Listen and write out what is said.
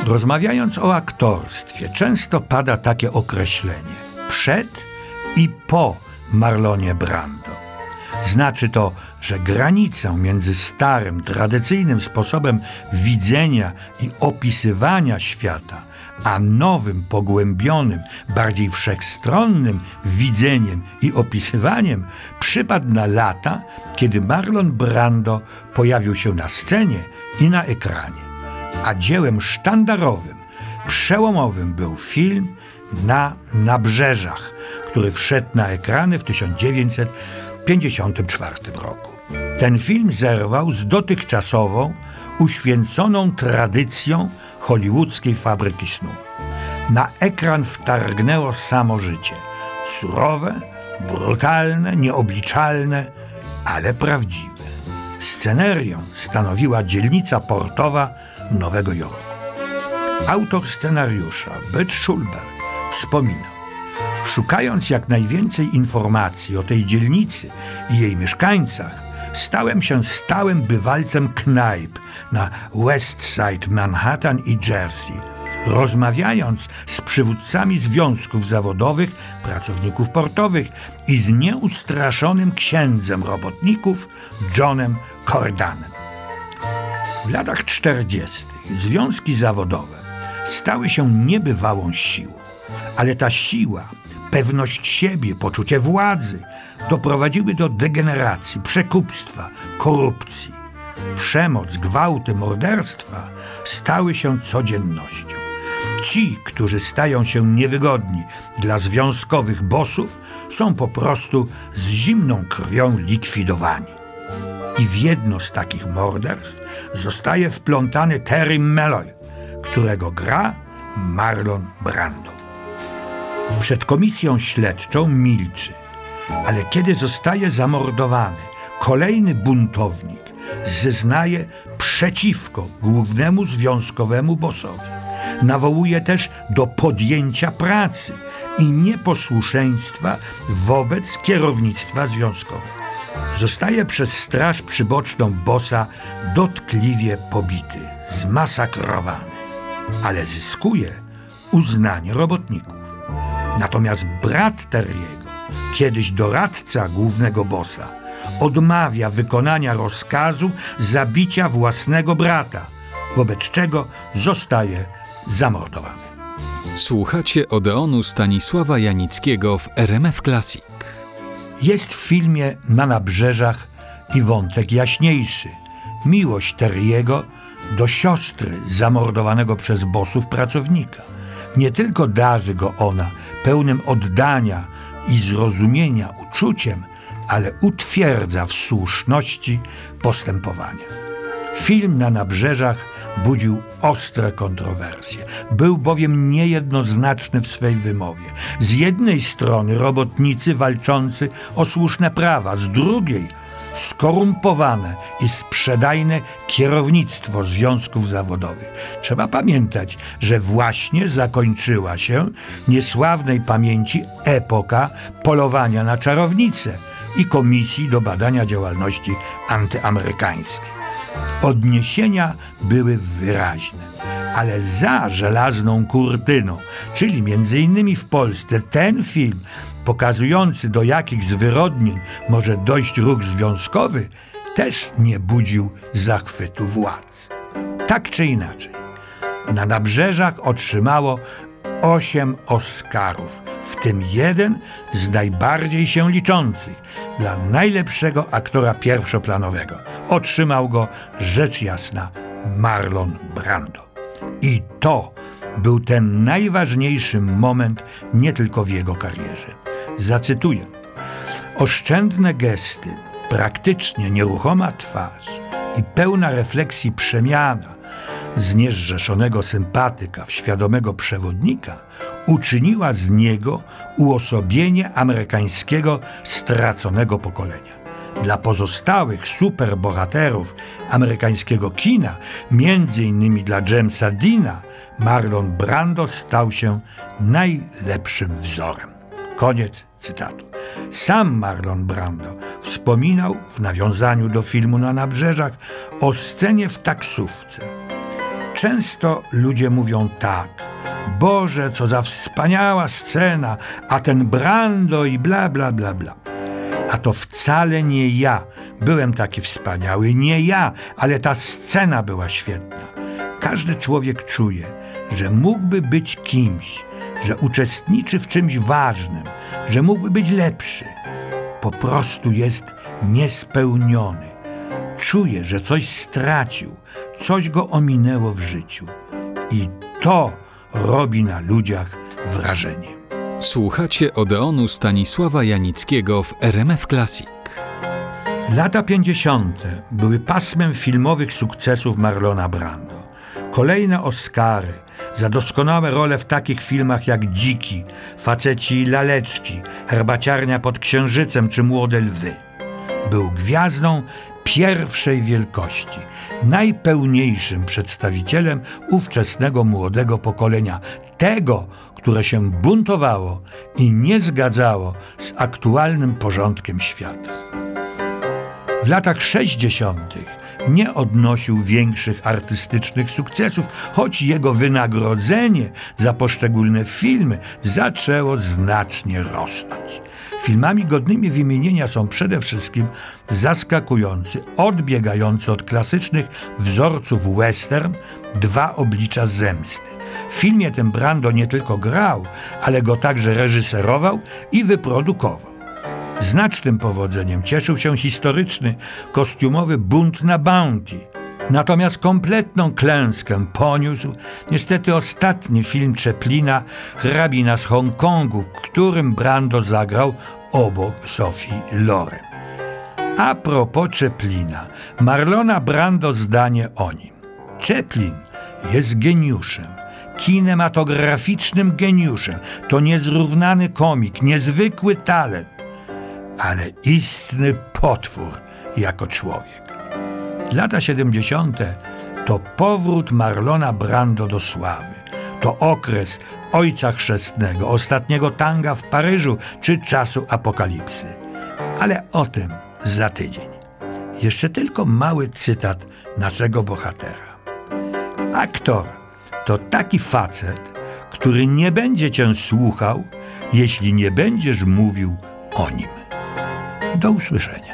Rozmawiając o aktorstwie, często pada takie określenie: przed i po Marlonie Brando. Znaczy to, że granicę między starym, tradycyjnym sposobem widzenia i opisywania świata, a nowym, pogłębionym, bardziej wszechstronnym widzeniem i opisywaniem przypadł na lata, kiedy Marlon Brando pojawił się na scenie i na ekranie. A dziełem sztandarowym, przełomowym był film Na Nabrzeżach, który wszedł na ekrany w 1954 roku. Ten film zerwał z dotychczasową, uświęconą tradycją hollywoodzkiej fabryki snu. Na ekran wtargnęło samo życie. Surowe, brutalne, nieobliczalne, ale prawdziwe. Scenerią stanowiła dzielnica portowa Nowego Jorku. Autor scenariusza, Bert Schulberg, wspominał: szukając jak najwięcej informacji o tej dzielnicy i jej mieszkańcach, stałem się stałym bywalcem knajp na West Side Manhattan i Jersey, rozmawiając z przywódcami związków zawodowych, pracowników portowych i z nieustraszonym księdzem robotników Johnem Cordanem. W latach 40. związki zawodowe stały się niebywałą siłą, ale ta siła, pewność siebie, poczucie władzy doprowadziły do degeneracji, przekupstwa, korupcji. Przemoc, gwałty, morderstwa stały się codziennością. Ci, którzy stają się niewygodni dla związkowych bossów, są po prostu z zimną krwią likwidowani. I w jedno z takich morderstw zostaje wplątany Terry Malloy, którego gra Marlon Brando. Przed komisją śledczą milczy, ale kiedy zostaje zamordowany kolejny buntownik, zeznaje przeciwko głównemu związkowemu bossowi. Nawołuje też do podjęcia pracy i nieposłuszeństwa wobec kierownictwa związkowego. Zostaje przez straż przyboczną bossa dotkliwie pobity, zmasakrowany, ale zyskuje uznanie robotników. Natomiast brat Terry'ego, kiedyś doradca głównego bossa, odmawia wykonania rozkazu zabicia własnego brata, wobec czego zostaje zamordowany. Słuchacie Odeonu Stanisława Janickiego w RMF Classic. Jest w filmie Na Nabrzeżach i wątek jaśniejszy. Miłość Terry'ego do siostry zamordowanego przez bossów pracownika. Nie tylko darzy go ona pełnym oddania i zrozumienia uczuciem, ale utwierdza w słuszności postępowania. Film Na Nabrzeżach budził ostre kontrowersje. Był bowiem niejednoznaczny w swej wymowie. Z jednej strony robotnicy walczący o słuszne prawa, z drugiej skorumpowane i sprzedajne kierownictwo związków zawodowych. Trzeba pamiętać, że właśnie zakończyła się niesławnej pamięci epoka polowania na czarownice i Komisji do badania działalności antyamerykańskiej. Odniesienia były wyraźne, ale za żelazną kurtyną, czyli między innymi w Polsce, ten film pokazujący, do jakich zwyrodnień może dojść ruch związkowy, też nie budził zachwytu władz. Tak czy inaczej, Na Nabrzeżach otrzymało 8 Oscarów, w tym jeden z najbardziej się liczących dla najlepszego aktora pierwszoplanowego. Otrzymał go rzecz jasna Marlon Brando. I to był ten najważniejszy moment nie tylko w jego karierze. Zacytuję: oszczędne gesty, praktycznie nieruchoma twarz i pełna refleksji przemiana z niezrzeszonego sympatyka w świadomego przewodnika uczyniła z niego uosobienie amerykańskiego straconego pokolenia. Dla pozostałych superbohaterów amerykańskiego kina, między innymi dla Jamesa Deana, Marlon Brando stał się najlepszym wzorem. Koniec cytatu. Sam Marlon Brando wspominał w nawiązaniu do filmu Na Nabrzeżach o scenie w taksówce. Często ludzie mówią tak: Boże, co za wspaniała scena, a ten Brando i bla, bla, bla, bla. A to wcale nie ja byłem taki wspaniały, nie ja, ale ta scena była świetna. Każdy człowiek czuje, że mógłby być kimś, że uczestniczy w czymś ważnym, że mógłby być lepszy. Po prostu jest niespełniony. Czuje, że coś stracił, coś go ominęło w życiu. I to robi na ludziach wrażenie. Słuchacie Odeonu Stanisława Janickiego w RMF Classic. Lata 50. były pasmem filmowych sukcesów Marlona Brando. Kolejne Oscary za doskonałe role w takich filmach jak Dziki, Faceci i laleczki, Herbaciarnia pod Księżycem czy Młode lwy. Był gwiazdą pierwszej wielkości, najpełniejszym przedstawicielem ówczesnego młodego pokolenia, tego, które się buntowało i nie zgadzało z aktualnym porządkiem świata. W latach 60. nie odnosił większych artystycznych sukcesów, choć jego wynagrodzenie za poszczególne filmy zaczęło znacznie rosnąć. Filmami godnymi wymienienia są przede wszystkim zaskakujący, odbiegający od klasycznych wzorców western Dwa oblicza zemsty. W filmie tym Brando nie tylko grał, ale go także reżyserował i wyprodukował. Znacznym powodzeniem cieszył się historyczny, kostiumowy Bunt na Bounty. Natomiast kompletną klęskę poniósł niestety ostatni film Chaplina, Hrabina z Hongkongu, w którym Brando zagrał obok Sophie Loren. A propos Chaplina, Marlona Brando zdanie o nim. Chaplin jest geniuszem, kinematograficznym geniuszem. To niezrównany komik, niezwykły talent, ale istny potwór jako człowiek. Lata 70. to powrót Marlona Brando do sławy. To okres Ojca Chrzestnego, ostatniego tanga w Paryżu czy czasu apokalipsy. Ale o tym za tydzień. Jeszcze tylko mały cytat naszego bohatera. Aktor to taki facet, który nie będzie cię słuchał, jeśli nie będziesz mówił o nim. Do usłyszenia.